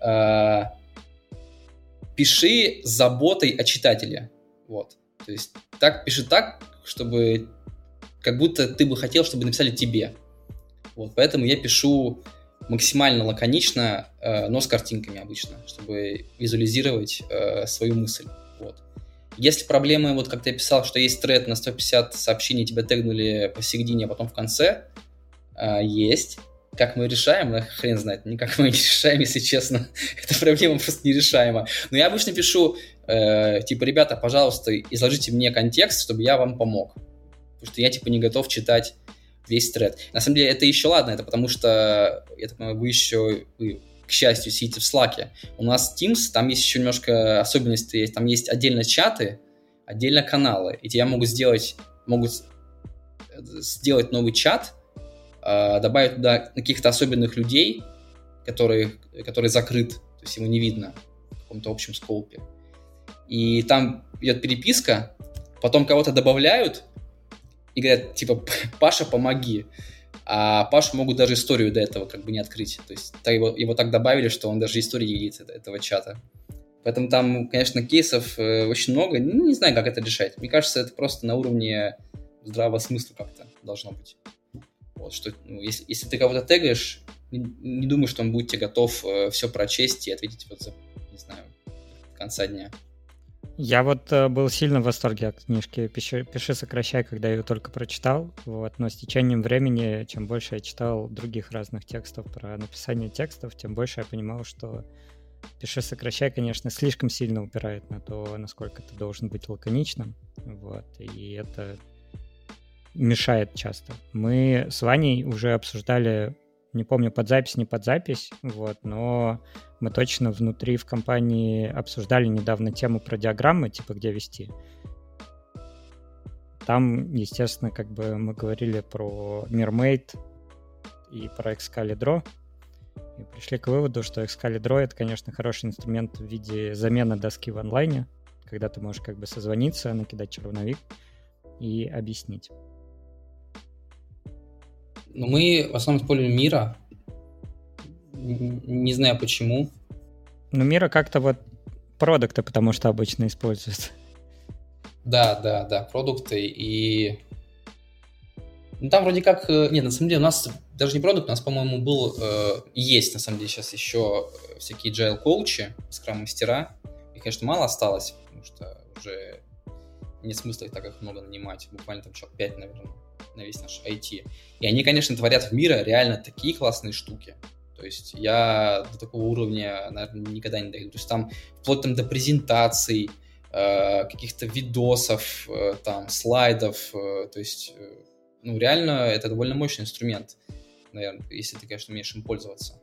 «Пиши с заботой о читателе». Вот. То есть пиши так, чтобы как будто ты бы хотел, чтобы написали тебе. Вот. Поэтому я пишу максимально лаконично, но с картинками обычно, чтобы визуализировать свою мысль. Вот. Если проблемы, вот как ты писал, что есть тред на 150 сообщений, тебя тегнули посередине, а потом в конце, есть. Как мы решаем, хрен знает, никак мы не решаем, если честно. Эта проблема просто нерешаема. Но я обычно пишу, ребята, пожалуйста, изложите мне контекст, чтобы я вам помог. Потому что я, не готов читать весь тред. На самом деле, это еще ладно, это потому что, я так понимаю, вы, к счастью, сидите в Slack. У нас Teams, там есть еще немножко особенности, там есть отдельно чаты, отдельно каналы. И тебя могут сделать новый чат, добавить туда каких-то особенных людей, который закрыт, то есть его не видно в каком-то общем скопе. И там идет переписка, потом кого-то добавляют и говорят, Паша, помоги. А Пашу могут даже историю до этого не открыть. То есть его так добавили, что он даже истории едит этого чата. Поэтому там, конечно, кейсов очень много. Не знаю, как это решать. Мне кажется, это просто на уровне здравого смысла как-то должно быть. Вот, что, если ты кого-то тегаешь, не думаю, что он будет тебе готов все прочесть и ответить за, не знаю, до конца дня. Я был сильно в восторге от книжки «Пиши, сокращай», когда я ее только прочитал, но с течением времени, чем больше я читал других разных текстов про написание текстов, тем больше я понимал, что «Пиши, сокращай», конечно, слишком сильно упирает на то, насколько ты должен быть лаконичным, и это мешает часто. Мы с Ваней уже обсуждали, не помню, под запись, не под запись, но мы точно внутри в компании обсуждали недавно тему про диаграммы, где вести. Там, естественно, мы говорили про Mermaid и про Excalibur, и пришли к выводу, что Excalibur — это, конечно, хороший инструмент в виде замены доски в онлайне, когда ты можешь созвониться, накидать черновик и объяснить. Но мы в основном используем Miro. Не знаю почему. Miro как-то продукты, потому что обычно используют. Да, продукты. И там вроде как... Нет, на самом деле у нас даже не продукт, у нас, по-моему, есть, на самом деле, сейчас еще всякие agile-коучи, скрам-мастера. Их, конечно, мало осталось, потому что уже нет смысла их так много нанимать. Буквально там человек 5, наверное, на весь наш IT. И они, конечно, творят в Miro реально такие классные штуки. То есть я до такого уровня, наверное, никогда не дойду. То есть там вплоть до презентаций, каких-то видосов, слайдов. То есть, реально это довольно мощный инструмент, наверное, если ты, конечно, умеешь им пользоваться.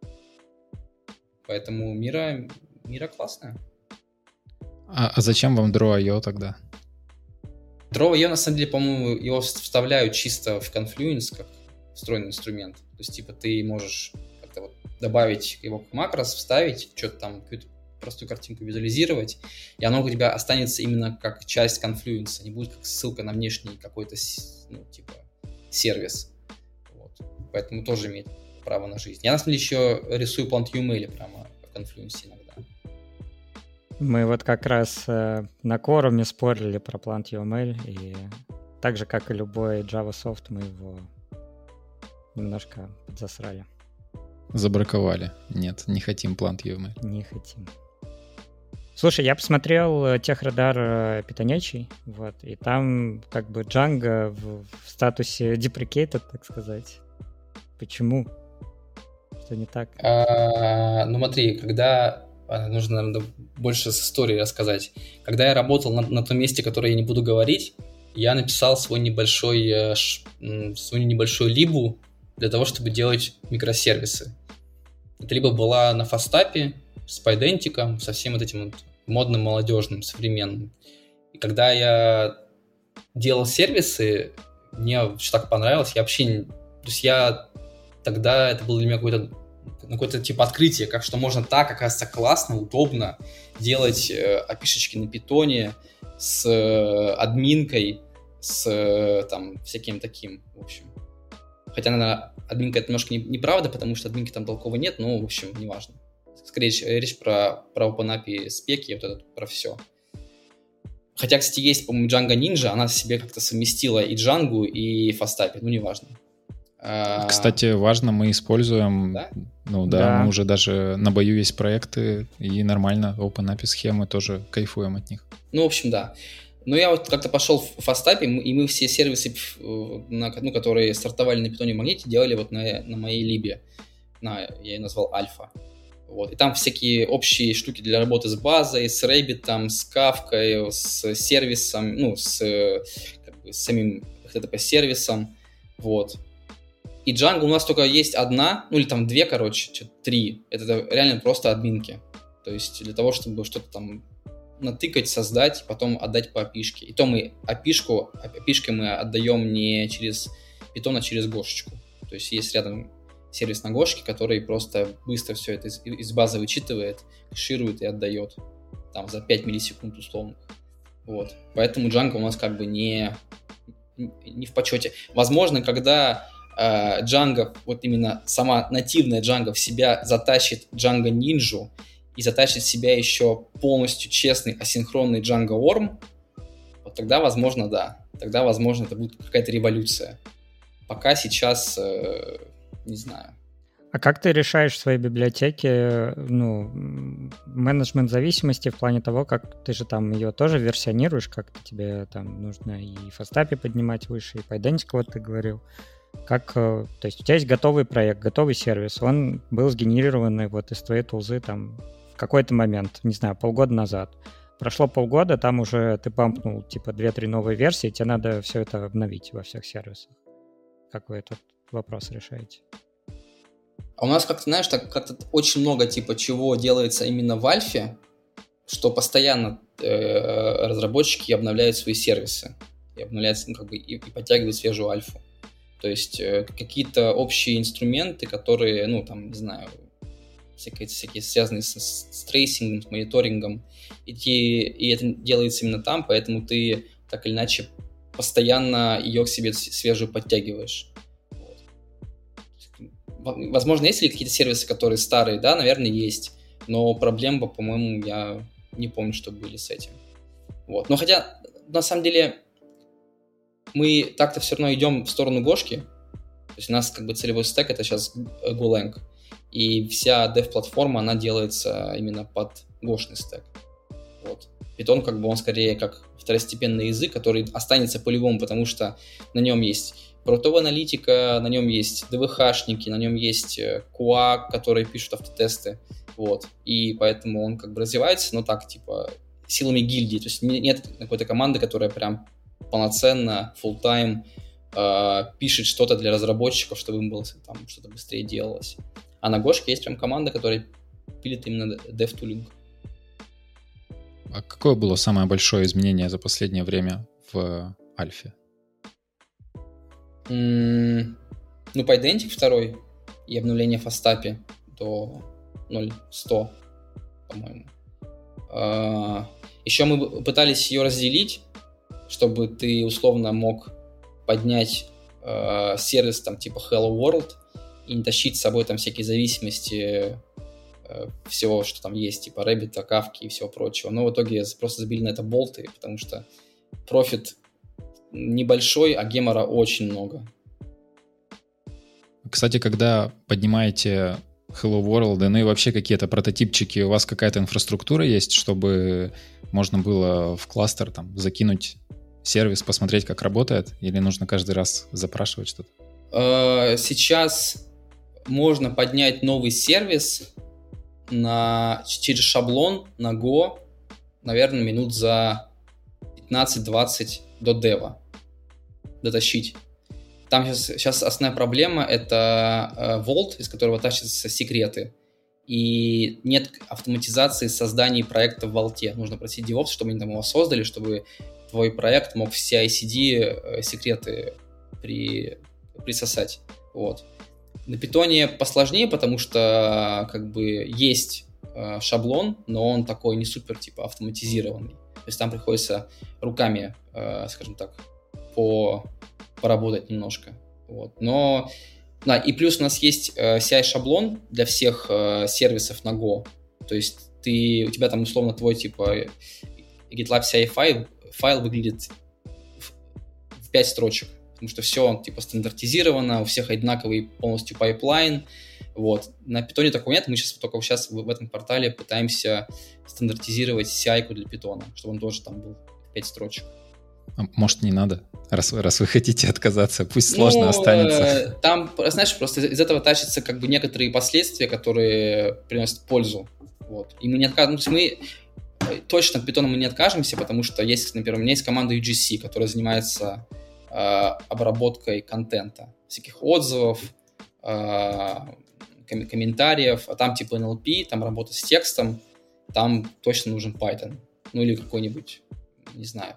Поэтому Miro классная. А зачем вам Draw.io тогда? Draw.io, на самом деле, по-моему, его вставляют чисто в Confluence как встроенный инструмент. То есть, ты можешь как-то добавить его к макрос, вставить, что-то там, какую-то простую картинку визуализировать, и оно у тебя останется именно как часть Confluence, не будет как ссылка на внешний какой-то, сервис. Поэтому тоже имеет право на жизнь. Я, на самом деле, еще рисую план UML прямо в Confluence иногда. Мы вот как раз на Quorum спорили про Plant.uml, и так же, как и любой JavaSoft, мы его немножко подзасрали. Забраковали. Нет, не хотим Plant.uml. Не хотим. Слушай, я посмотрел техрадар питонячий, вот, и там как бы Django в статусе deprecated, так сказать. Почему? Что не так? Ну смотри, когда... Нужно, наверное, больше с историей рассказать. Когда я работал на том месте, которое я не буду говорить, я написал свою небольшую либу для того, чтобы делать микросервисы. Эта либа была на фастапе, с пайдентиком, со всем вот этим вот модным, молодежным, современным. И когда я делал сервисы, мне очень так понравилось. То есть тогда это было для меня какое-то типа открытие, как что можно так, оказывается, классно, удобно делать API-шечки на питоне с админкой, с там всяким таким, в общем. Хотя, наверное, админка это немножко неправда, потому что админки там толково нет, но, в общем, неважно. Скорее речь про OpenAPI спеки, вот это про все. Хотя, кстати, есть, по-моему, Django Ninja, она в себе как-то совместила и Django, и FastAPI, ну, неважно. Кстати, важно, мы используем, да? Да, мы уже даже на Бою есть проекты, и нормально, OpenAPI схемы тоже кайфуем от них. Ну, в общем, да. Но я вот как-то пошел в FastAPI, и мы все сервисы, которые стартовали на Python и Magnet, делали вот на моей либе. Я ее назвал Альфа. Вот. И там всякие общие штуки для работы с базой, с Rabbit, с Kafka, с сервисом, с самим HTTP-сервисом. Вот. И Django у нас только есть одна, или там две, три. Это реально просто админки. То есть для того, чтобы что-то там натыкать, создать, потом отдать по API-шке. И то мы API-шкой мы отдаем не через Python, а через Гошечку. То есть есть рядом сервис на Гошке, который просто быстро все это из базы вычитывает, кэширует и отдает. Там за 5 миллисекунд условно. Вот. Поэтому Django у нас как бы не в почете. Возможно, когда Django, вот именно сама нативная Django в себя затащит Django Ninja и затащит в себя еще полностью честный асинхронный Django Worm, вот тогда, возможно, да. Тогда, возможно, это будет какая-то революция. Пока сейчас не знаю. А как ты решаешь в своей библиотеке менеджмент зависимости в плане того, как ты же там ее тоже версионируешь, как тебе там нужно и в FastAPI поднимать выше, и по Identical, вот ты говорил. То есть у тебя есть готовый проект, готовый сервис, он был сгенерированный вот из твоей тулзы там в какой-то момент, не знаю, полгода назад. Прошло полгода, там уже ты пампнул типа 2-3 новые версии, тебе надо все это обновить во всех сервисах. Как вы этот вопрос решаете? А у нас как-то, знаешь, как-то очень много типа чего делается именно в Альфе, что постоянно разработчики обновляют свои сервисы и обновляют, и подтягивают свежую альфу. То есть какие-то общие инструменты, которые, не знаю, всякие связанные с трейсингом, с мониторингом, и это делается именно там, поэтому ты так или иначе постоянно ее к себе свежую подтягиваешь. Вот. Возможно, есть ли какие-то сервисы, которые старые? Да, наверное, есть, но проблем, по-моему, я не помню, что были с этим. Вот. Но хотя, на самом деле, мы так-то все равно идем в сторону Гошки. То есть у нас как бы целевой стек — это сейчас Golang. И вся dev-платформа, она делается именно под гошный стек. Вот. Python как бы он скорее как второстепенный язык, который останется по-любому, потому что на нем есть протовая аналитика, на нем есть DVH-шники, на нем есть QA, которые пишут автотесты. Вот. И поэтому он как бы развивается, но так, типа, силами гильдии. То есть нет какой-то команды, которая прям полноценно, full-time пишет что-то для разработчиков, чтобы им было там что-то быстрее делалось. А на Гошке есть прям команда, которая пилит именно dev-tooling. А какое было самое большое изменение за последнее время в Альфе? PyDentic 2 и обновление в FastAPI до 0.100, по-моему. Еще мы пытались ее разделить, чтобы ты условно мог поднять сервис там типа Hello World и не тащить с собой там всякие зависимости всего, что там есть, типа Rabbit, Kafka и всего прочего. Но в итоге просто забили на это болты, потому что профит небольшой, а гемора очень много. Кстати, когда поднимаете Hello World, ну и вообще какие-то прототипчики, у вас какая-то инфраструктура есть, чтобы можно было в кластер там закинуть сервис, посмотреть, как работает, или нужно каждый раз запрашивать что-то? Сейчас можно поднять новый сервис через шаблон на Go, наверное, минут за 15-20 до дева дотащить. Там сейчас основная проблема — это Vault, из которого тащатся секреты, и нет автоматизации создания проекта в Vault. Нужно просить DevOps, чтобы они там его создали, чтобы твой проект мог в CI/CD секреты присосать. Вот. На Python посложнее, потому что как бы есть шаблон, но он такой не супер типа автоматизированный. То есть там приходится руками, скажем так, поработать немножко. Вот. Но да, и плюс у нас есть CI-шаблон для всех сервисов на Go. То есть у тебя там условно твой типа GitLab CI файл выглядит в 5 строчек, потому что все типа стандартизировано, у всех одинаковый полностью пайплайн. Вот. На Python такого нет, мы только сейчас в этом портале пытаемся стандартизировать CI-ку для Python, чтобы он тоже там был 5 строчек. Может, не надо, раз вы хотите отказаться, пусть сложно останется. Там, знаешь, просто из этого тащатся как бы некоторые последствия, которые приносят пользу. Вот. И мы не отказываемся, мы точно от Python мы не откажемся, потому что есть, например, у меня есть команда UGC, которая занимается обработкой контента, всяких отзывов, комментариев, а там типа NLP, там работа с текстом, там точно нужен Python, ну или какой-нибудь, не знаю,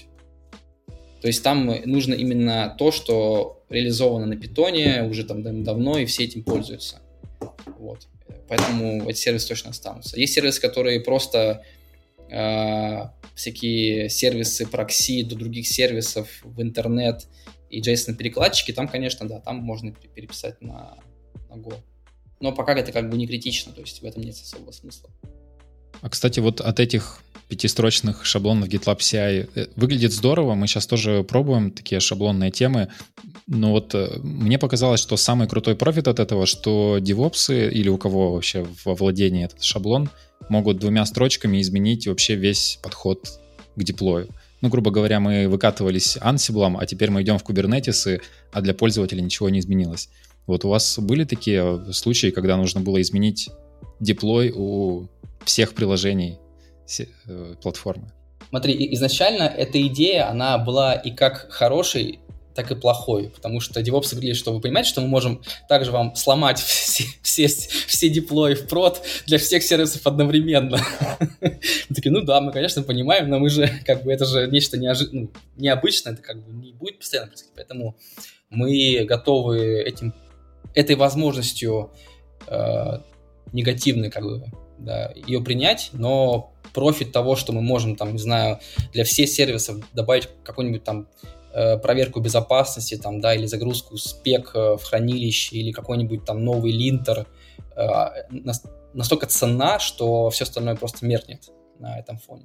то есть там нужно именно то, что реализовано на Python уже там давно, и все этим пользуются. Вот. Поэтому эти сервисы точно останутся. Есть сервисы, которые просто всякие сервисы прокси до других сервисов в интернет и JSON-перекладчики, там, конечно, да, там можно переписать на Go. Но пока это как бы не критично, то есть в этом нет особого смысла. А, кстати, вот от этих 5-строчных шаблонов GitLab CI выглядит здорово. Мы сейчас тоже пробуем такие шаблонные темы. Но вот мне показалось, что самый крутой профит от этого, что девопсы или у кого вообще во владении этот шаблон могут 2 строчками изменить вообще весь подход к деплою. Ну, грубо говоря, мы выкатывались Ansible, а теперь мы идем в Kubernetes, а для пользователя ничего не изменилось. Вот у вас были такие случаи, когда нужно было изменить деплой у всех приложений платформы? Смотри, изначально эта идея, она была и как хорошей, так и плохой, потому что DevOps говорили, что вы понимаете, что мы можем также вам сломать все деплои в прод для всех сервисов одновременно. Мы такие, ну да, мы, конечно, понимаем, но мы же, как бы, это же нечто необычное, это как бы не будет постоянно происходить, поэтому мы готовы этой возможностью негативной, как бы, да, ее принять, но профит того, что мы можем, там, не знаю, для всех сервисов добавить какой-нибудь там проверку безопасности, там, да, или загрузку спек в хранилище, или какой-нибудь там новый линтер, настолько ценна, что все остальное просто меркнет на этом фоне.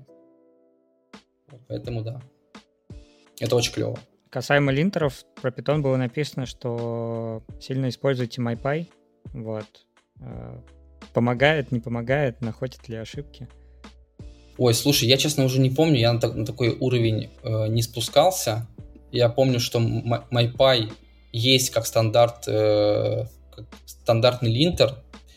Поэтому да, это очень клево. Касаемо линтеров, про Python было написано, что сильно используйте MyPy. Вот. Помогает, не помогает, находит ли ошибки? Ой, слушай, я, честно, уже не помню, я на такой уровень не спускался. Я помню, что MyPy есть как стандартный линтер,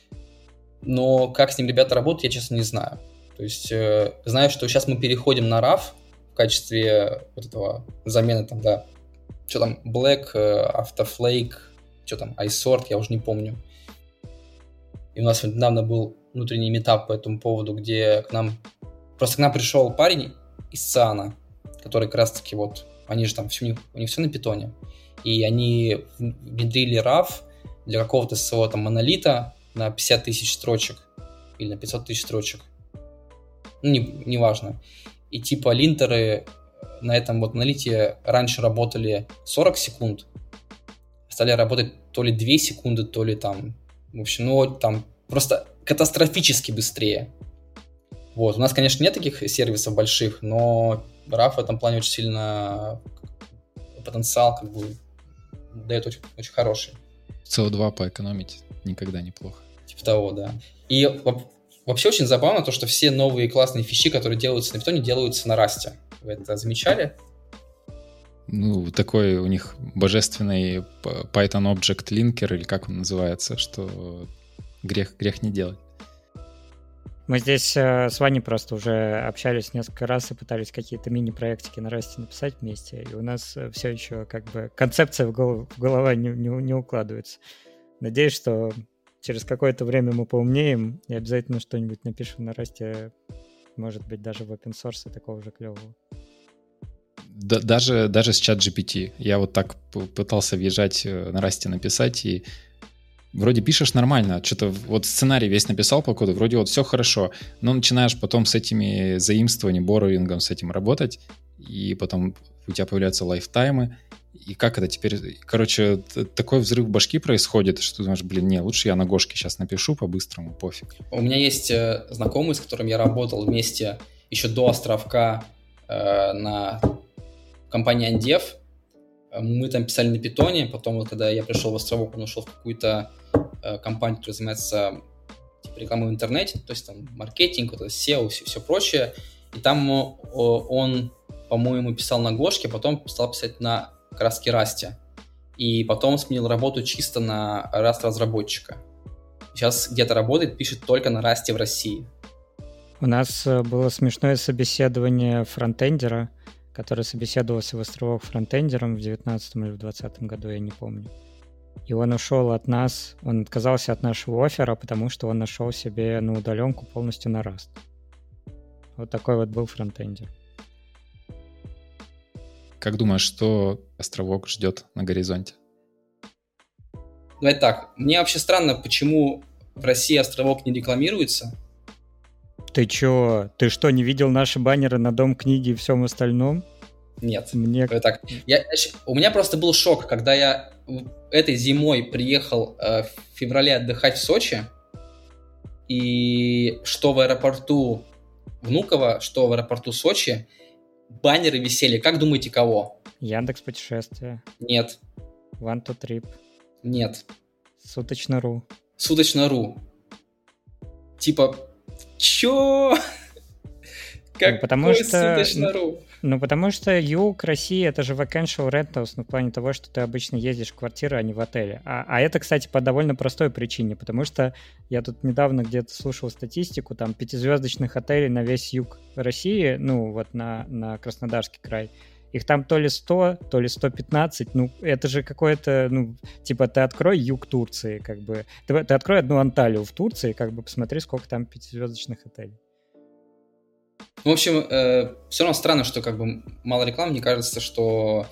но как с ним ребята работают, я, честно, не знаю. То есть знаю, что сейчас мы переходим на RAW в качестве вот этого замены, там, да, что там, Black, Autoflake, что там, iSort, я уже не помню. И у нас недавно был внутренний митап по этому поводу, где к нам пришел парень из ЦИАНа, который как раз-таки вот, они же там, у них все на питоне, и они внедрили RAW для какого-то своего там монолита на 50 тысяч строчек или на 500 тысяч строчек. Ну, неважно. И типа линтеры на этом вот монолите раньше работали 40 секунд, стали работать то ли 2 секунды, то ли там, в общем, ну, там просто катастрофически быстрее. Вот. У нас, конечно, нет таких сервисов больших, но RAW в этом плане очень сильно потенциал как бы дает очень, очень хороший. CO2 поэкономить никогда неплохо. Типа того, да. И вообще очень забавно то, что все новые классные фичи, которые делаются на Python, делаются на Rust. Вы это замечали? Ну, такой у них божественный Python Object Linker, или как он называется, что грех не делать. Мы здесь с Ваней просто уже общались несколько раз и пытались какие-то мини-проектики на Rust написать вместе, и у нас все еще как бы концепция в голова не укладывается. Надеюсь, что через какое-то время мы поумнеем и обязательно что-нибудь напишем на Rust, может быть, даже в open source такого же клевого. Даже с ChatGPT. Я вот так пытался въезжать на Rust написать, и вроде пишешь нормально, что-то вот сценарий весь написал по коду, вроде вот все хорошо, но начинаешь потом с этими заимствованиями, борроуингом с этим работать, и потом у тебя появляются лайфтаймы, и как это теперь... Короче, такой взрыв башки происходит, что ты думаешь, блин, не, лучше я на Гошке сейчас напишу по-быстрому, пофиг. У меня есть знакомый, с которым я работал вместе еще до Островка на компании Andev. Мы там писали на питоне, потом, вот, когда я пришел в Островок, он ушел в какую-то компанию, которая занимается типа, рекламой в интернете, то есть там маркетинг, вот, SEO, все прочее. И там он, по-моему, писал на Гошке, потом стал писать на как раз Расте. И потом сменил работу чисто на Rust-разработчика. Сейчас где-то работает, пишет только на Расте в России. У нас было смешное собеседование фронтендера, который собеседовался в Островок фронтендером в 19 или в 20 году, я не помню. И он ушел от нас, он отказался от нашего оффера, потому что он нашел себе на удаленку полностью на Rust. Вот такой вот был фронтендер. Как думаешь, что Островок ждет на горизонте? Давай так, мне вообще странно, почему в России Островок не рекламируется. Ты чё? Ты что, не видел наши баннеры на Дом книги и всем остальном? Нет. Мне... Так. У меня просто был шок, когда я этой зимой приехал в феврале отдыхать в Сочи, и что в аэропорту Внуково, что в аэропорту Сочи, баннеры висели. Как думаете, кого? Яндекс Путешествия. Нет. One to Trip. Нет. Суточно.ру. Суточно.ру. Типа, чё? Потому что Суточно.ру? Потому что юг России — это же vacation rentals, в плане того, что ты обычно ездишь в квартиру, а не в отеле. А это, кстати, по довольно простой причине, потому что я тут недавно где-то слушал статистику, там 5-звездочных отелей на весь юг России, на Краснодарский край, их там то ли 100, то ли 115, это же какое-то, типа ты открой юг Турции, как бы, ты открой одну Анталию в Турции, как бы посмотри, сколько там 5-звездочных отелей. В общем, все равно странно, что как бы мало рекламы. Мне кажется, что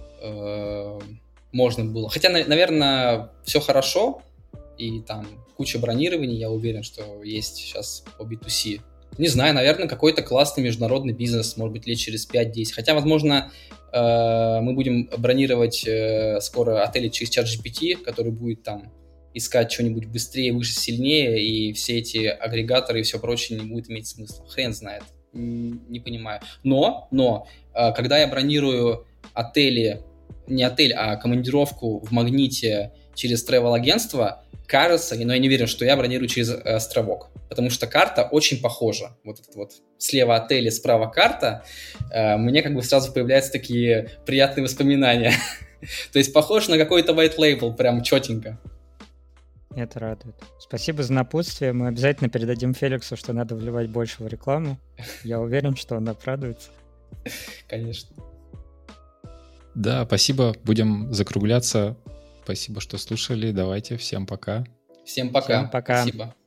можно было. Хотя, наверное, все хорошо, и там куча бронирований, я уверен, что есть сейчас по B2C. Не знаю, наверное, какой-то классный международный бизнес, может быть, лет через 5-10. Хотя, возможно, мы будем бронировать скоро отели через ChatGPT, который будет там искать что-нибудь быстрее, выше, сильнее, и все эти агрегаторы и все прочее не будет иметь смысла. Хрен знает. Не понимаю. Но, когда я бронирую отели, не отель, а командировку в Магните через travel-агентство, кажется, но я не уверен, что я бронирую через Островок, потому что карта очень похожа. Вот этот вот слева отель, справа карта, мне как бы сразу появляются такие приятные воспоминания. То есть похож на какой-то white label, прям четенько. Это радует. Спасибо за напутствие. Мы обязательно передадим Феликсу, что надо вливать больше в рекламу. Я уверен, что он обрадуется. Конечно. Да, спасибо. Будем закругляться. Спасибо, что слушали. Давайте. Всем пока. Всем пока. Всем пока. Спасибо.